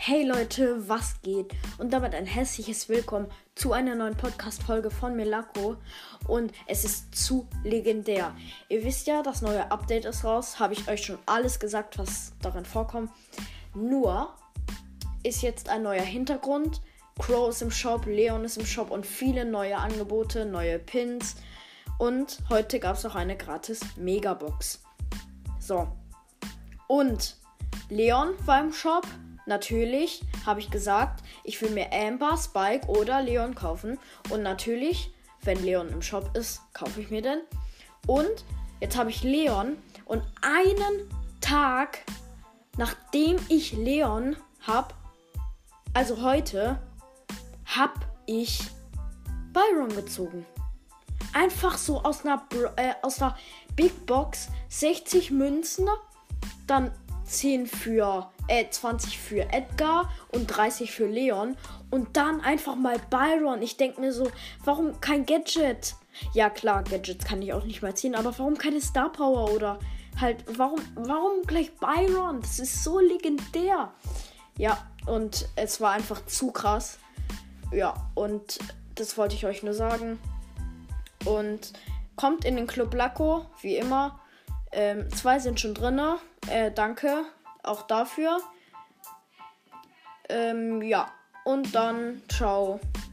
Hey Leute, was geht? Und damit ein herzliches Willkommen zu einer neuen Podcast-Folge von Melako. Und es ist zu legendär. Ihr wisst ja, das neue Update ist raus. Habe ich euch schon alles gesagt, was darin vorkommt. Nur ist jetzt ein neuer Hintergrund. Crow ist im Shop, Leon ist im Shop und viele neue Angebote, neue Pins. Und heute gab es auch eine gratis Megabox. So. Und Leon war im Shop. Natürlich habe ich gesagt, ich will mir Amber, Spike oder Leon kaufen. Und natürlich, wenn Leon im Shop ist, kaufe ich mir den. Und jetzt habe ich Leon. Und einen Tag, nachdem ich Leon habe, also heute, habe ich Byron gezogen. Einfach so aus einer Big Box, 60 Münzen, dann 20 für Edgar und 30 für Leon. Und dann einfach mal Byron. Ich denke mir so, warum kein Gadget? Ja klar, Gadgets kann ich auch nicht mal ziehen, aber warum keine Star Power oder halt, warum gleich Byron? Das ist so legendär. Ja, und es war einfach zu krass. Ja, und das wollte ich euch nur sagen. Und kommt in den Club Lako, wie immer. 2 sind schon drinne. Danke auch dafür. Ja, und dann ciao.